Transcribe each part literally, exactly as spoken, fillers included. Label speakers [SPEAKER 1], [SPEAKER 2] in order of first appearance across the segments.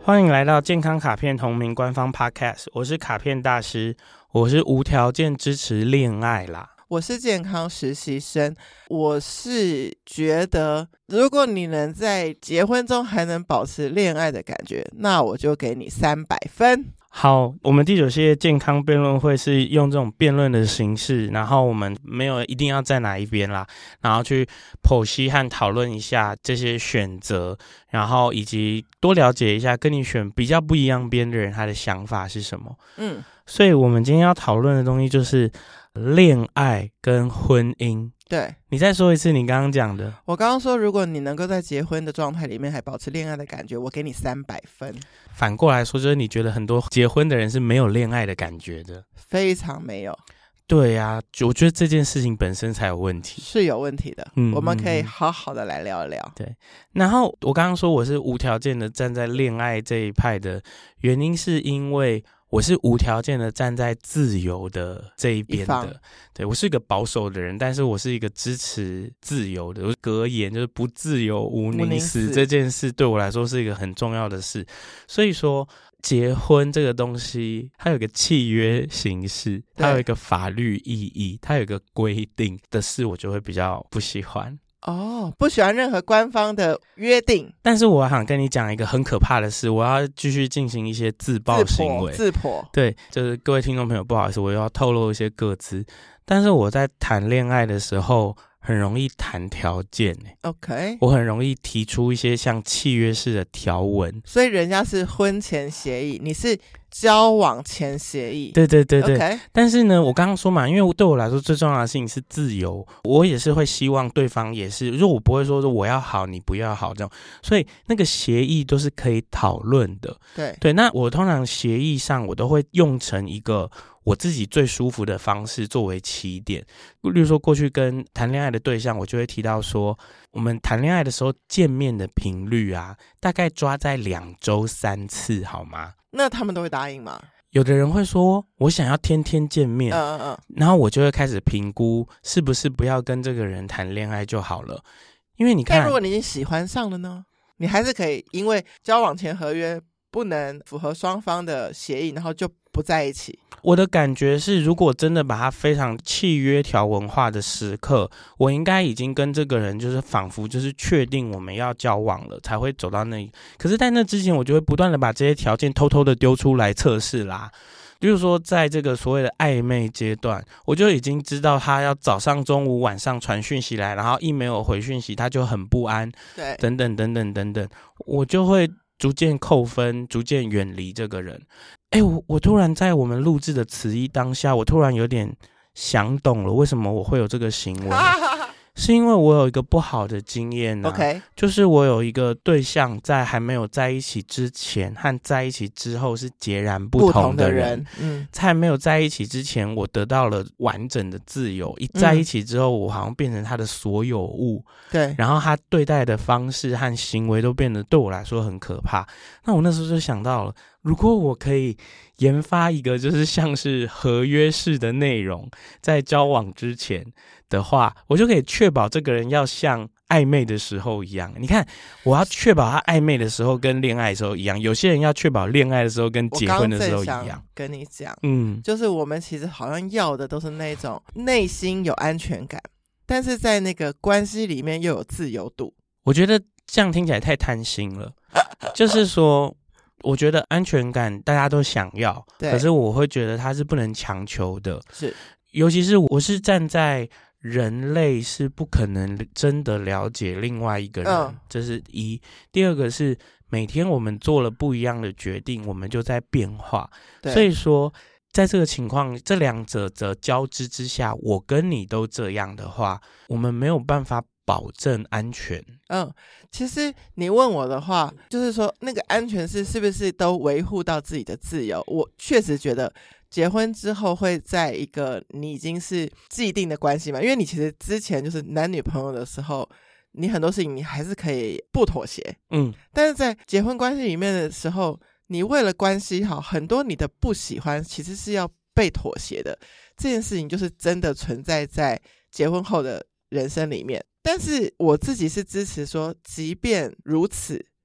[SPEAKER 1] 欢迎来到健康卡片同名官方 Podcast， 我是卡片大师，我是无条件支持恋爱啦。
[SPEAKER 2] 我是健康实习生，我是觉得如果你能在结婚中还能保持恋爱的感觉，那我就给你三百分。
[SPEAKER 1] 好，我们第九届健康辩论会是用这种辩论的形式，然后我们没有一定要在哪一边啦，然后去剖析和讨论一下这些选择，然后以及多了解一下跟你选比较不一样边的人他的想法是什么。嗯，所以我们今天要讨论的东西就是恋爱跟婚姻。
[SPEAKER 2] 对，
[SPEAKER 1] 你再说一次你刚刚讲的。
[SPEAKER 2] 我刚刚说如果你能够在结婚的状态里面还保持恋爱的感觉，我给你三百分。
[SPEAKER 1] 反过来说，就是你觉得很多结婚的人是没有恋爱的感觉的。
[SPEAKER 2] 非常没有。
[SPEAKER 1] 对啊，我觉得这件事情本身才有问题，
[SPEAKER 2] 是有问题的。嗯，我们可以好好的来聊一聊。
[SPEAKER 1] 对，然后我刚刚说我是无条件的站在恋爱这一派的原因，是因为我是无条件的站在自由的这一边的。对，我是一个保守的人，但是我是一个支持自由的。我格言就是不自由无宁死，这件事对我来说是一个很重要的事。所以说结婚这个东西它有一个契约形式，它有一个法律意义，它有一个规定的事，我就会比较不喜欢。
[SPEAKER 2] 哦，不喜欢任何官方的约定。
[SPEAKER 1] 但是我想跟你讲一个很可怕的事，我要继续进行一些自爆行为。
[SPEAKER 2] 自破
[SPEAKER 1] 对，就是各位听众朋友，不好意思，我又要透露一些个资。但是我在谈恋爱的时候很容易谈条件。
[SPEAKER 2] OK，
[SPEAKER 1] 我很容易提出一些像契约式的条文。
[SPEAKER 2] 所以人家是婚前协议，你是交往前协议。
[SPEAKER 1] 对对对对、
[SPEAKER 2] okay.
[SPEAKER 1] 但是呢，我刚刚说嘛，因为对我来说最重要的事情是自由，我也是会希望对方也是，如果我不会说我要好你不要好这样，所以那个协议都是可以讨论的。
[SPEAKER 2] 对
[SPEAKER 1] 对，那我通常协议上我都会用成一个我自己最舒服的方式作为起点。例如说过去跟谈恋爱的对象，我就会提到说我们谈恋爱的时候见面的频率啊，大概抓在两周三次好吗？
[SPEAKER 2] 那他们都会答应吗？
[SPEAKER 1] 有的人会说我想要天天见面，
[SPEAKER 2] 嗯嗯嗯，
[SPEAKER 1] 然后我就会开始评估是不是不要跟这个人谈恋爱就好了。因为你看，
[SPEAKER 2] 但如果你已经喜欢上了呢，你还是可以因为交往前合约不能符合双方的协议，然后就不在一起。
[SPEAKER 1] 我的感觉是，如果真的把它非常契约条文化的时刻，我应该已经跟这个人就是仿佛就是确定我们要交往了，才会走到那里。可是在那之前，我就会不断的把这些条件偷偷的丢出来测试啦。比如说在这个所谓的暧昧阶段，我就已经知道他要早上中午晚上传讯息来，然后一没有回讯息他就很不安，
[SPEAKER 2] 对，
[SPEAKER 1] 等等等等等等，我就会逐渐扣分，逐渐远离这个人。哎，我我突然在我们录制的此一当下，我突然有点想懂了，为什么我会有这个行为？是因为我有一个不好的经验、啊、
[SPEAKER 2] OK，
[SPEAKER 1] 就是我有一个对象在还没有在一起之前和在一起之后是截然不同的人。
[SPEAKER 2] 不同的人，嗯，
[SPEAKER 1] 在还没有在一起之前，我得到了完整的自由，一在一起之后、嗯、我好像变成他的所有物。
[SPEAKER 2] 对，
[SPEAKER 1] 然后他对待的方式和行为都变得对我来说很可怕。那我那时候就想到了，如果我可以研发一个就是像是合约式的内容，在交往之前的话，我就可以确保这个人要像暧昧的时候一样。你看，我要确保他暧昧的时候跟恋爱的时候一样，有些人要确保恋爱的时候跟结婚的时候一样。
[SPEAKER 2] 我刚正想跟你讲，
[SPEAKER 1] 嗯，
[SPEAKER 2] 就是我们其实好像要的都是那种内心有安全感，但是在那个关系里面又有自由度。
[SPEAKER 1] 我觉得这样听起来太贪心了。就是说我觉得安全感大家都想要，可是我会觉得它是不能强求的。
[SPEAKER 2] 是，
[SPEAKER 1] 尤其是我是站在人类是不可能真的了解另外一个人、嗯、这是一。第二个是每天我们做了不一样的决定，我们就在变化。所以说在这个情况，这两者的交织之下，我跟你都这样的话，我们没有办法保证安全。
[SPEAKER 2] 嗯，其实你问我的话，就是说那个安全是是不是都维护到自己的自由？我确实觉得结婚之后会在一个你已经是既定的关系嘛，因为你其实之前就是男女朋友的时候，你很多事情你还是可以不妥协，嗯，但是在结婚关系里面的时候，你为了关系好，很多你的不喜欢其实是要被妥协的。这件事情就是真的存在在结婚后的人生里面。但是我自己是支持说，即便如此，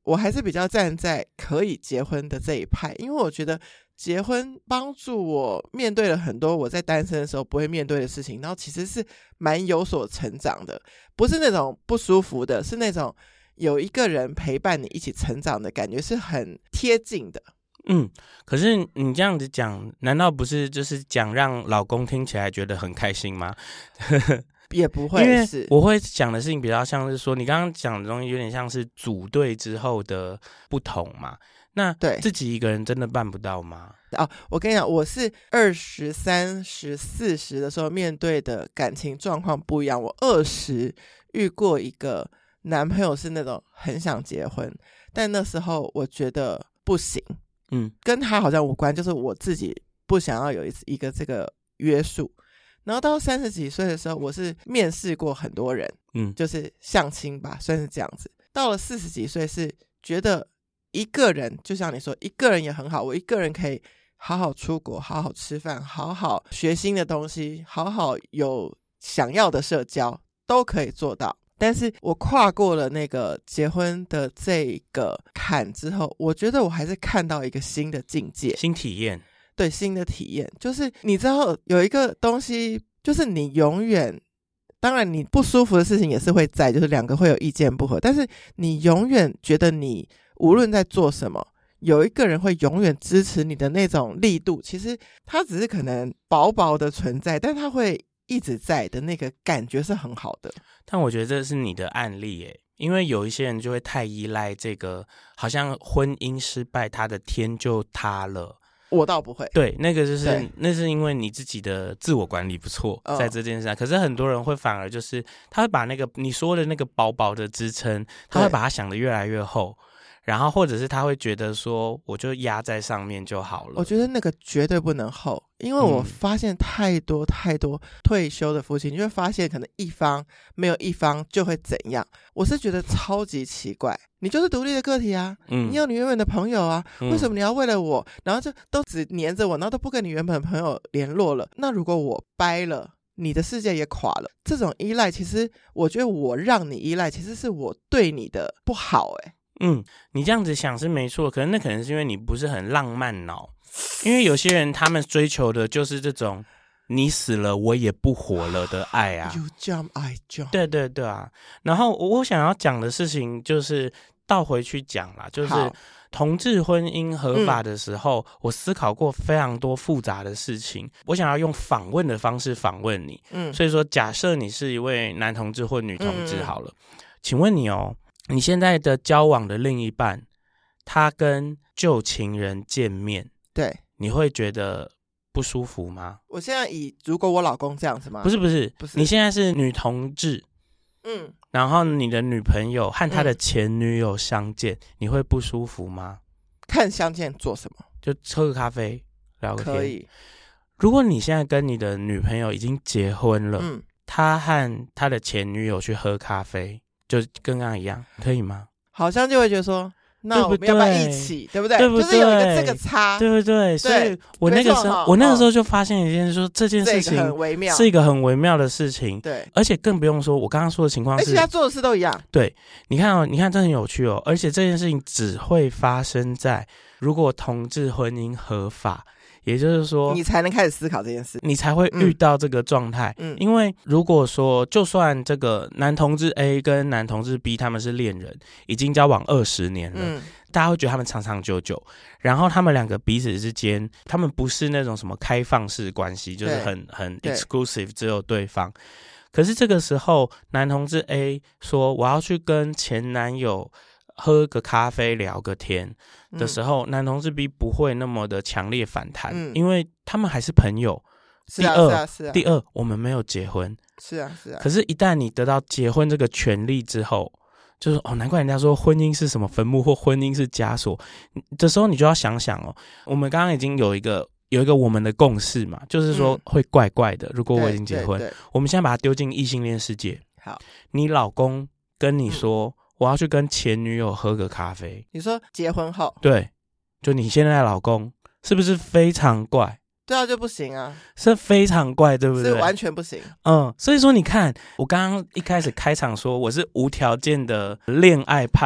[SPEAKER 2] 我还是比较站在可以结婚的这一派，因为我觉得结婚帮助我面对了很多我在单身的时候不会面对的事情，然后其实是蛮有所成长的，不是那种不舒服的，是那种有一个人陪伴你一起成长的感觉，是很贴近的。
[SPEAKER 1] 嗯，可是你这样子讲，难道不是就是讲让老公听起来觉得很开心吗？
[SPEAKER 2] 也不会，
[SPEAKER 1] 因为
[SPEAKER 2] 是
[SPEAKER 1] 我会讲的事情比较像是说，你刚刚讲的东西有点像是组队之后的不同嘛。那
[SPEAKER 2] 对
[SPEAKER 1] 自己一个人真的办不到吗？
[SPEAKER 2] 哦，我跟你讲，我是二十三十四十的时候面对的感情状况不一样。我二十遇过一个男朋友是那种很想结婚，但那时候我觉得不行，
[SPEAKER 1] 嗯，
[SPEAKER 2] 跟他好像无关，就是我自己不想要有一一个这个约束。然后到三十几岁的时候，我是面试过很多人，
[SPEAKER 1] 嗯，
[SPEAKER 2] 就是相亲吧，算是这样子。到了四十几岁，是觉得一个人，就像你说，一个人也很好，我一个人可以好好出国，好好吃饭，好好学新的东西，好好有想要的社交，都可以做到。但是我跨过了那个结婚的这个坎之后，我觉得我还是看到一个新的境界，
[SPEAKER 1] 新体验。
[SPEAKER 2] 对，新的体验，就是你知道有一个东西，就是你永远，当然你不舒服的事情也是会在，就是两个会有意见不合，但是你永远觉得你无论在做什么，有一个人会永远支持你的那种力度，其实它只是可能薄薄的存在，但它会一直在的那个感觉是很好的。
[SPEAKER 1] 但我觉得这是你的案例耶，因为有一些人就会太依赖这个，好像婚姻失败他的天就塌了。
[SPEAKER 2] 我倒不会，
[SPEAKER 1] 对，那个就是那是因为你自己的自我管理不错，在这件事上、哦、可是很多人会反而就是他会把那个你说的那个薄薄的支撑，他会把它想得越来越厚，然后或者是他会觉得说我就压在上面就好了。
[SPEAKER 2] 我觉得那个绝对不能厚，因为我发现太多太多退休的夫妻、嗯、你就会发现可能一方没有一方就会怎样，我是觉得超级奇怪。你就是独立的个体啊、嗯、你有你原本的朋友啊、嗯、为什么你要为了我然后就都只黏着我，然后都不跟你原本的朋友联络了？那如果我掰了，你的世界也垮了。这种依赖，其实我觉得我让你依赖，其实是我对你的不好。欸
[SPEAKER 1] 嗯，你这样子想是没错，可是那可能是因为你不是很浪漫脑，因为有些人他们追求的就是这种你死了我也不活了的爱啊。
[SPEAKER 2] You jump I jump。
[SPEAKER 1] 对对对啊。然后我想要讲的事情就是倒回去讲啦，就是同志婚姻合法的时候、嗯、我思考过非常多复杂的事情，我想要用访问的方式访问你。嗯，所以说假设你是一位男同志或女同志好了、嗯、请问你哦，你现在的交往的另一半他跟旧情人见面，
[SPEAKER 2] 对，
[SPEAKER 1] 你会觉得不舒服吗？
[SPEAKER 2] 我现在以如果我老公这样子吗？
[SPEAKER 1] 不是不是
[SPEAKER 2] 不是，
[SPEAKER 1] 你现在是女同志，嗯，然后你的女朋友和她的前女友相见、嗯、你会不舒服吗？
[SPEAKER 2] 看相见做什么？就
[SPEAKER 1] 喝个咖啡聊个天
[SPEAKER 2] 可以。
[SPEAKER 1] 如果你现在跟你的女朋友已经结婚了，嗯，她和她的前女友去喝咖啡，就跟刚刚一样，可以吗？
[SPEAKER 2] 好像就会觉得说那我们要不要一起，对不对？
[SPEAKER 1] 对不对？
[SPEAKER 2] 就是有一个这个差，
[SPEAKER 1] 对不对？所以我那个时候，我那个时候就发现一件事，说这件事情
[SPEAKER 2] 很微妙，
[SPEAKER 1] 是一个很微妙的事情。
[SPEAKER 2] 对，
[SPEAKER 1] 而且更不用说，我刚刚说的情况是，
[SPEAKER 2] 而且他做的事都一样。
[SPEAKER 1] 对，你看哦，你看这很有趣哦。而且这件事情只会发生在如果同志婚姻合法。也就是说
[SPEAKER 2] 你才能开始思考这件事，
[SPEAKER 1] 你才会遇到这个状态、嗯、因为如果说就算这个男同志 A 跟男同志 B 他们是恋人，已经交往二十年了、嗯、大家会觉得他们长长久久，然后他们两个彼此之间他们不是那种什么开放式关系，就是很很 exclusive 只有对方。可是这个时候男同志 A 说我要去跟前男友喝个咖啡聊个天的时候、嗯、男同志 B 不会那么的强烈反弹、嗯、因为他们还是朋友。
[SPEAKER 2] 是啊，第二是啊是啊，
[SPEAKER 1] 第二我们没有结婚。
[SPEAKER 2] 是啊是啊。
[SPEAKER 1] 可是一旦你得到结婚这个权利之后，就是哦，难怪人家说婚姻是什么坟墓或婚姻是枷锁的时候，你就要想想哦，我们刚刚已经有一个有一个我们的共识嘛，就是说会怪怪的、嗯、如果我已经结婚，我们现在把它丢进异性恋世界。
[SPEAKER 2] 好，
[SPEAKER 1] 你老公跟你说、嗯我要去跟前女友喝个咖啡，
[SPEAKER 2] 你说结婚后？
[SPEAKER 1] 对，就你现在的老公是不是非常怪？
[SPEAKER 2] 对啊，就不行啊，
[SPEAKER 1] 是非常怪，对不对？
[SPEAKER 2] 是完全不行。
[SPEAKER 1] 嗯，所以说你看，我刚刚一开始开场说我是无条件的恋爱派，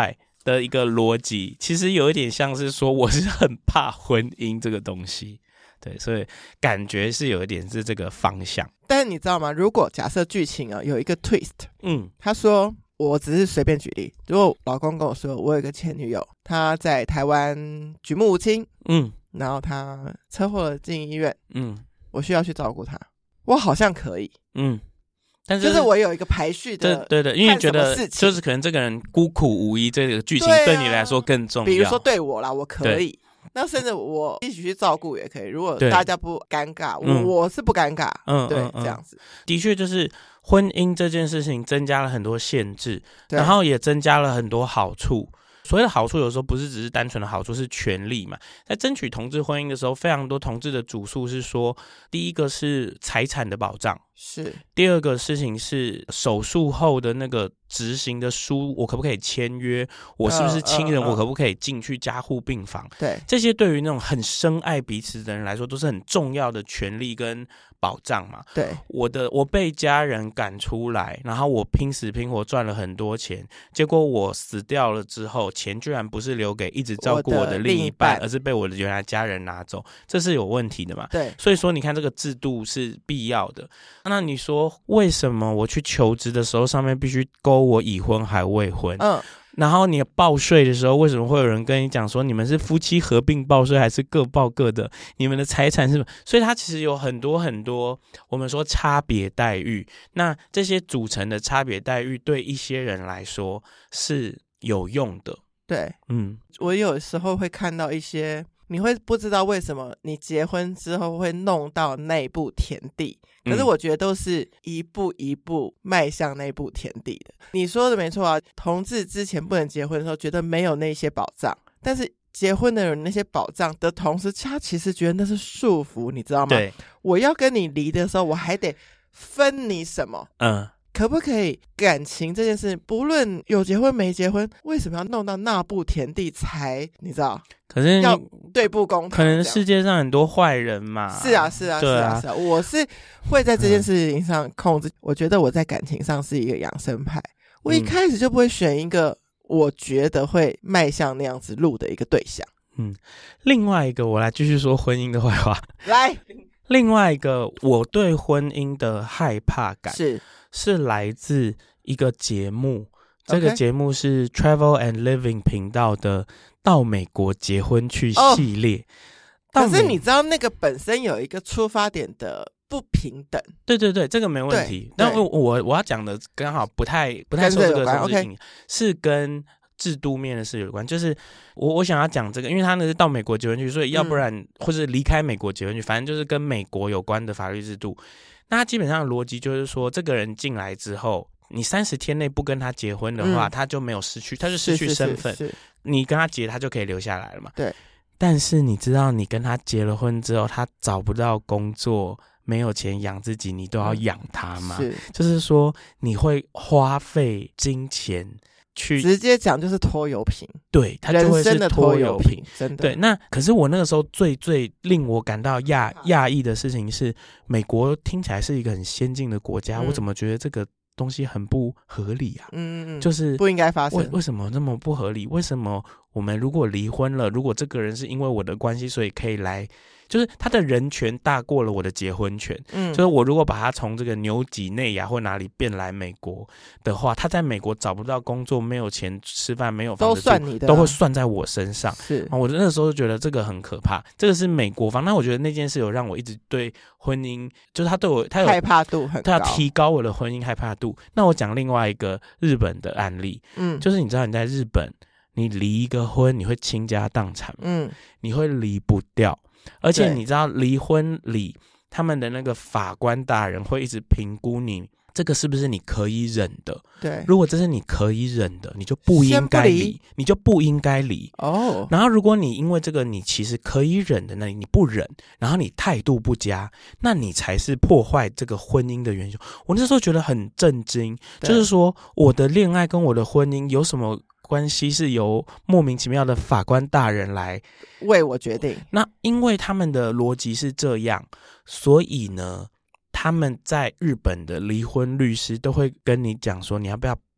[SPEAKER 1] 的一个逻辑，其实有一点像是说我是很怕婚姻这个东西，对，所以感觉是有一点是这个方向。
[SPEAKER 2] 但是你知道吗？如果假设剧情啊有一个 twist，
[SPEAKER 1] 嗯，
[SPEAKER 2] 他说我只是随便举例，如果老公跟我说我有一个前女友，她在台湾举目无亲，嗯，然后她车祸了进医院，嗯，我需要去照顾她，我好像可以，嗯。但是就是我有一个排序的，
[SPEAKER 1] 对对对，因为觉得就是可能这个人孤苦无依，这个剧情对你来说更重要。
[SPEAKER 2] 比如说对我啦，我可以，那甚至我一起去照顾也可以。如果大家不尴尬，我、嗯、我是不尴尬，嗯，对，嗯嗯、这样子
[SPEAKER 1] 的确就是婚姻这件事情增加了很多限制，然后也增加了很多好处。所谓的好处有时候不是只是单纯的好处，是权利嘛。在争取同志婚姻的时候，非常多同志的主诉是说，第一个是财产的保障，
[SPEAKER 2] 是
[SPEAKER 1] 第二个事情是手术后的那个执行的书，我可不可以签约？我是不是亲人？我可不可以进去加护病房？
[SPEAKER 2] 对，
[SPEAKER 1] 这些对于那种很深爱彼此的人来说，都是很重要的权利跟保障嘛。
[SPEAKER 2] 对，
[SPEAKER 1] 我的我被家人赶出来，然后我拼死拼活赚了很多钱，结果我死掉了之后，钱居然不是留给一直照顾我的另一半，而是被我的原来家人拿走，这是有问题的嘛。
[SPEAKER 2] 对，
[SPEAKER 1] 所以说你看这个制度是必要的。那你说为什么我去求职的时候上面必须勾我已婚还未婚？嗯，然后你报税的时候为什么会有人跟你讲说你们是夫妻合并报税还是各报各的？你们的财产是什么？所以它其实有很多很多我们说差别待遇。那这些组成的差别待遇对一些人来说是有用的。
[SPEAKER 2] 对，嗯，我有时候会看到一些。你会不知道为什么你结婚之后会弄到那步田地，可是我觉得都是一步一步迈向那步田地的。你说的没错啊，同志之前不能结婚的时候觉得没有那些保障，但是结婚的人那些保障的同时，他其实觉得那是束缚，你知道吗？
[SPEAKER 1] 对，
[SPEAKER 2] 我要跟你离的时候我还得分你什么？嗯，可不可以感情这件事不论有结婚没结婚，为什么要弄到那步田地才你知道？
[SPEAKER 1] 可是
[SPEAKER 2] 要对簿公堂，
[SPEAKER 1] 可能世界上很多坏人嘛。
[SPEAKER 2] 是啊是啊是啊是啊，我是会在这件事情上控制、嗯、我觉得我在感情上是一个养生派，我一开始就不会选一个我觉得会迈向那样子路的一个对象。
[SPEAKER 1] 嗯，另外一个我来继续说婚姻的坏话。
[SPEAKER 2] 来，
[SPEAKER 1] 另外一个我对婚姻的害怕感
[SPEAKER 2] 是
[SPEAKER 1] 是来自一个节目，这个节目是 Travel and Living 频道的到美国结婚去系列、
[SPEAKER 2] 哦、可是你知道那个本身有一个出发点的不平等。
[SPEAKER 1] 对对对，这个没问题。但我我我要讲的刚好不太不太受这个同志影响，是跟制度面的事有关。就是我我想要讲这个，因为他那是到美国结婚去，所以要不然、嗯、或是离开美国结婚去，反正就是跟美国有关的法律制度。那他基本上的逻辑就是说，这个人进来之后，你三十天内不跟他结婚的话、嗯、他就没有失去，他就失去身份。
[SPEAKER 2] 是是是是，
[SPEAKER 1] 你跟他结，他就可以留下来了嘛。
[SPEAKER 2] 对。
[SPEAKER 1] 但是你知道，你跟他结了婚之后，他找不到工作，没有钱养自己，你都要养他吗？
[SPEAKER 2] 是，
[SPEAKER 1] 就是说你会花费金钱去，
[SPEAKER 2] 直接讲就是拖油瓶。
[SPEAKER 1] 对，他就会是拖油瓶，
[SPEAKER 2] 真的。
[SPEAKER 1] 对，那可是我那个时候最最令我感到讶讶异的事情是，美国听起来是一个很先进的国家，嗯、我怎么觉得这个东西很不合理啊？
[SPEAKER 2] 嗯嗯，
[SPEAKER 1] 就是
[SPEAKER 2] 不应该发生。
[SPEAKER 1] 为为什么那么不合理？为什么我们如果离婚了，如果这个人是因为我的关系，所以可以来，就是他的人权大过了我的结婚权。嗯，就是我如果把他从这个纽几内亚或哪里变来美国的话，他在美国找不到工作，没有钱吃饭，没有房子住，
[SPEAKER 2] 都算你的、啊，
[SPEAKER 1] 都会算在我身上。
[SPEAKER 2] 是，
[SPEAKER 1] 我那个时候就觉得这个很可怕。这个是美国方，那我觉得那件事有让我一直对婚姻，就是他对我，他有
[SPEAKER 2] 害怕度很高，
[SPEAKER 1] 他要提高我的婚姻害怕度。那我讲另外一个日本的案例，嗯，就是你知道你在日本，你离一个婚，你会倾家荡产，嗯，你会离不掉，而且你知道离婚里他们的那个法官大人会一直评估你这个是不是你可以忍的。
[SPEAKER 2] 对，
[SPEAKER 1] 如果这是你可以忍的，你就不应该离，你就不应该离哦。然后如果你因为这个你其实可以忍的，那你不忍，然后你态度不佳，那你才是破坏这个婚姻的元凶。我那时候觉得很震惊，就是说我的恋爱跟我的婚姻有什么关系是由莫名其妙的法官大人来
[SPEAKER 2] 为我决定？
[SPEAKER 1] 那因为他们的逻辑是这样，所以呢他们在日本的离婚律师都会跟你讲说，你要不要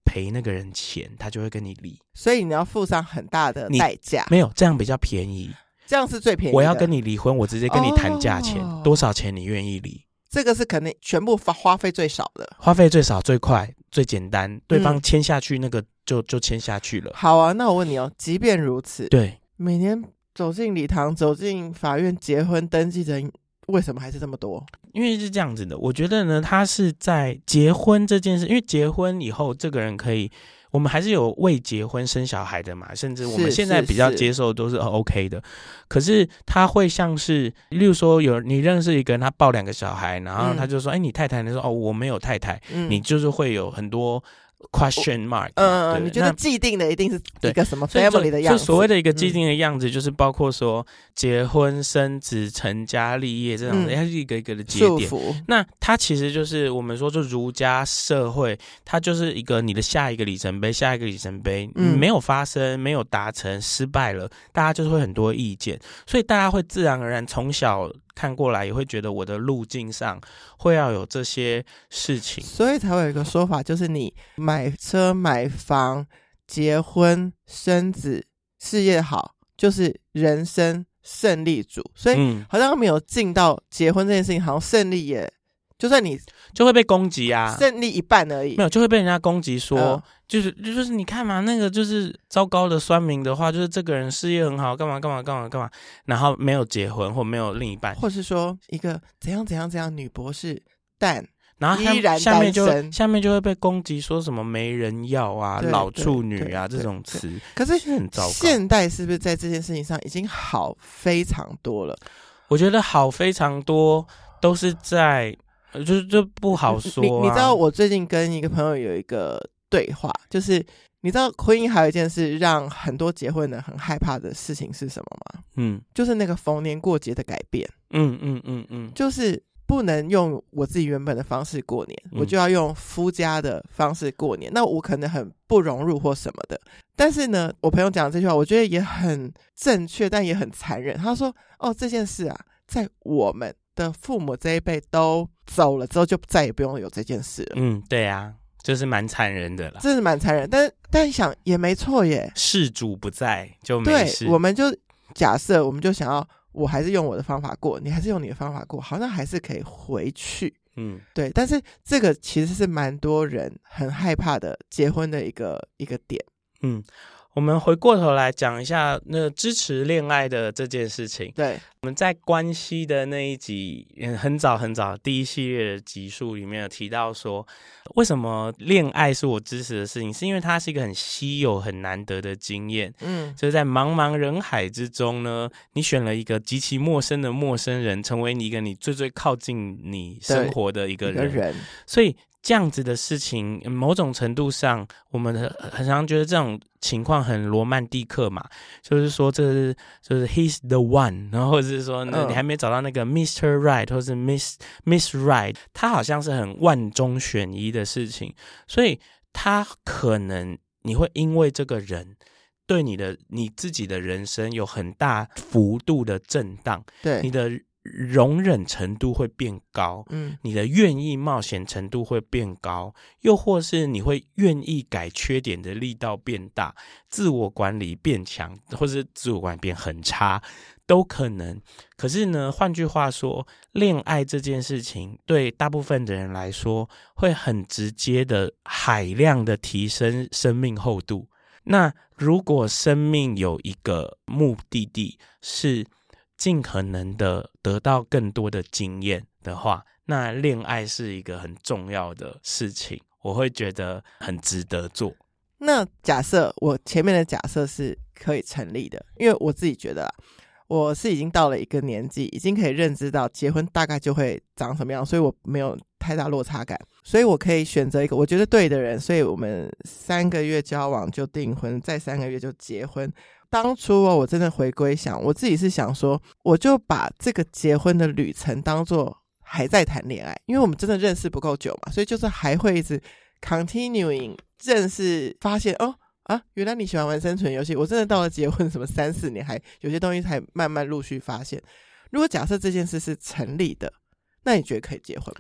[SPEAKER 1] 赔那个人钱，他就会跟你离。
[SPEAKER 2] 所以你要付上很大的代价。
[SPEAKER 1] 没有，这样比较便宜，
[SPEAKER 2] 这样是最便宜的。
[SPEAKER 1] 我要跟你离婚，我直接跟你谈价钱、哦、多少钱你愿意离，
[SPEAKER 2] 这个是可能全部花费最少的，
[SPEAKER 1] 花费最少最快最简单，对方签下去那个就、嗯、就签下去了。
[SPEAKER 2] 好啊，那我问你哦，即便如此，
[SPEAKER 1] 对，
[SPEAKER 2] 每年走进礼堂走进法院结婚登记的人为什么还是这么多？
[SPEAKER 1] 因为是这样子的，我觉得呢，他是在结婚这件事，因为结婚以后这个人可以，我们还是有未结婚生小孩的嘛，甚至我们现在比较接受都是 OK 的。可是他会像是例如说有你认识一个人，他抱两个小孩，然后他就说哎、嗯欸，你太太，你说哦我没有太太、嗯、你就是会有很多question mark，
[SPEAKER 2] 嗯、呃，你觉得既定的一定是一个什么 family 的样子？
[SPEAKER 1] 就所谓的一个既定的样子，就是包括说结婚、生子、成家立业这种，它、嗯、是一个一个的节点。那它其实就是我们说，就儒家社会，它就是一个你的下一个里程碑，下一个里程碑，嗯、没有发生，没有达成，失败了，大家就是会很多意见，所以大家会自然而然从小看过来，也会觉得我的路径上会要有这些事情，
[SPEAKER 2] 所以才会有一个说法，就是你买车、买房、结婚、生子、事业好，就是人生胜利组。所以好像没有进到结婚这件事情，好像胜利也就算你
[SPEAKER 1] 就会被攻击啊，
[SPEAKER 2] 胜利一半而已，
[SPEAKER 1] 没有就会被人家攻击说。嗯就是就是你看嘛，那个就是糟糕的酸民的话，就是这个人事业很好，干嘛干嘛干嘛干嘛，然后没有结婚或没有另一半，
[SPEAKER 2] 或是说一个怎样怎样怎样女博士，但
[SPEAKER 1] 然后
[SPEAKER 2] 依然
[SPEAKER 1] 下面就下面就会被攻击说什么没人要啊、老处女啊这种词。
[SPEAKER 2] 可是
[SPEAKER 1] 很糟糕。
[SPEAKER 2] 现代是不是在这件事情上已经好非常多了？
[SPEAKER 1] 我觉得好非常多，都是在就是就不好说、啊。
[SPEAKER 2] 你你知道我最近跟一个朋友有一个对话，就是你知道婚姻还有一件事让很多结婚人很害怕的事情是什么吗？嗯，就是那个逢年过节的改变。嗯嗯嗯嗯，就是不能用我自己原本的方式过年、嗯、我就要用夫家的方式过年，那我可能很不融入或什么的。但是呢，我朋友讲这句话我觉得也很正确，但也很残忍。他说哦，这件事啊在我们的父母这一辈都走了之后就再也不用有这件事了。
[SPEAKER 1] 嗯，对啊，就是蛮残忍的啦，
[SPEAKER 2] 这是蛮残忍，但但想也没错耶，
[SPEAKER 1] 事主不在就没事。
[SPEAKER 2] 对，我们就假设我们就想要我还是用我的方法过，你还是用你的方法过，好像还是可以回去。嗯，对，但是这个其实是蛮多人很害怕的结婚的一个一个点。嗯，
[SPEAKER 1] 我们回过头来讲一下那支持恋爱的这件事情。
[SPEAKER 2] 对，
[SPEAKER 1] 我们在关系的那一集很早很早第一系列的集数里面有提到说，为什么恋爱是我支持的事情，是因为它是一个很稀有很难得的经验。嗯，就是在茫茫人海之中呢，你选了一个极其陌生的陌生人，成为你一个你最最靠近你生活的一个人，
[SPEAKER 2] 一个人。
[SPEAKER 1] 所以这样子的事情某种程度上我们很常觉得这种情况很罗曼蒂克嘛，就是说这是就是 he's the one， 然后或者是说呢、嗯、你还没找到那个 mister Right 或是 Miss Miss Right， 它好像是很万中选一的事情，所以它可能你会因为这个人对你的你自己的人生有很大幅度的震荡，
[SPEAKER 2] 对
[SPEAKER 1] 你的容忍程度会变高，嗯，你的愿意冒险程度会变高，又或是你会愿意改缺点的力道变大，自我管理变强，或是自我管理变很差，都可能。可是呢，换句话说，恋爱这件事情对大部分的人来说，会很直接的海量的提升生命厚度。那如果生命有一个目的地是尽可能的得到更多的经验的话，那恋爱是一个很重要的事情，我会觉得很值得做。
[SPEAKER 2] 那假设我前面的假设是可以成立的，因为我自己觉得啦，我是已经到了一个年纪，已经可以认知到结婚大概就会长什么样，所以我没有太大落差感，所以我可以选择一个我觉得对的人，所以我们三个月交往就订婚，再三个月就结婚。当初、哦、我真的回归想，我自己是想说，我就把这个结婚的旅程当作还在谈恋爱，因为我们真的认识不够久嘛，所以就是还会一直 continuing 认识，发现哦啊，原来你喜欢玩生存游戏，我真的到了结婚什么三四年，还有些东西才慢慢陆续发现。如果假设这件事是成立的，那你觉得可以结婚吗？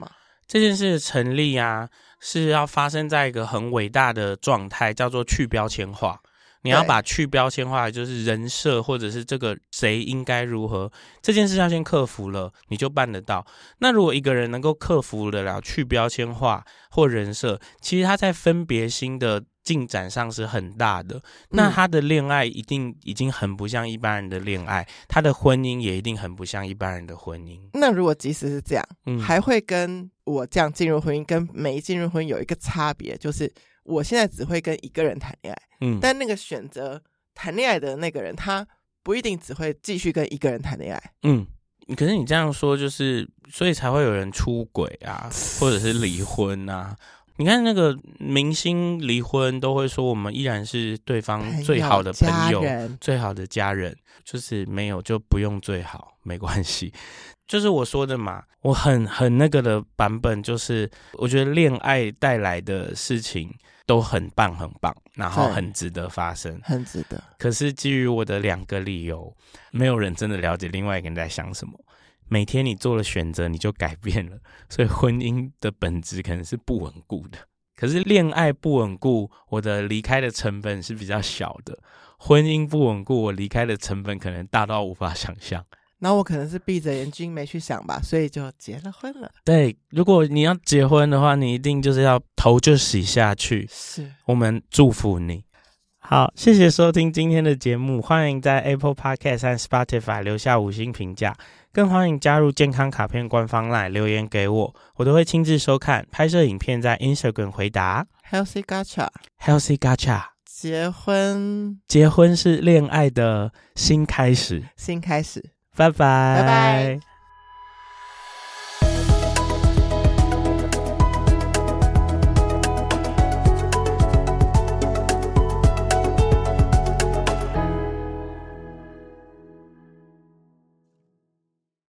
[SPEAKER 1] 这件事的成立啊，是要发生在一个很伟大的状态，叫做去标签化。你要把去标签化，就是人设或者是这个谁应该如何这件事要先克服了，你就办得到。那如果一个人能够克服得了去标签化或人设，其实他在分别心的进展上是很大的。那他的恋爱一定已经很不像一般人的恋爱，他的婚姻也一定很不像一般人的婚姻。
[SPEAKER 2] 那如果即使是这样，嗯、还会跟我这样进入婚姻跟没进入婚姻有一个差别，就是我现在只会跟一个人谈恋爱，嗯，但那个选择谈恋爱的那个人，他不一定只会继续跟一个人谈恋爱，
[SPEAKER 1] 嗯。可是你这样说，就是所以才会有人出轨啊，或者是离婚啊。你看那个明星离婚都会说我们依然是对方最好的朋友，最好的家人，就是没有就不用最好，没关系。就是我说的嘛，我很很那个的版本，就是我觉得恋爱带来的事情都很棒很棒，然后很值得发生，
[SPEAKER 2] 很值得。
[SPEAKER 1] 可是基于我的两个理由，没有人真的了解另外一个人在想什么。每天你做了选择，你就改变了，所以婚姻的本质可能是不稳固的。可是恋爱不稳固，我的离开的成本是比较小的；婚姻不稳固，我离开的成本可能大到无法想象。
[SPEAKER 2] 然后我可能是闭着眼睛没去想吧，所以就结了婚了。
[SPEAKER 1] 对，如果你要结婚的话，你一定就是要头就洗下去。
[SPEAKER 2] 是，
[SPEAKER 1] 我们祝福你。好，谢谢收听今天的节目，欢迎在 Apple Podcast 和 Spotify 留下五星评价，更欢迎加入健康卡片官方 LINE 留言给我，我都会亲自收看，拍摄影片在 Instagram 回答。
[SPEAKER 2] Healthy Gacha
[SPEAKER 1] Healthy Gacha，
[SPEAKER 2] 结婚
[SPEAKER 1] 结婚是恋爱的新开始，
[SPEAKER 2] 新开始。
[SPEAKER 1] 拜拜，
[SPEAKER 2] 拜拜。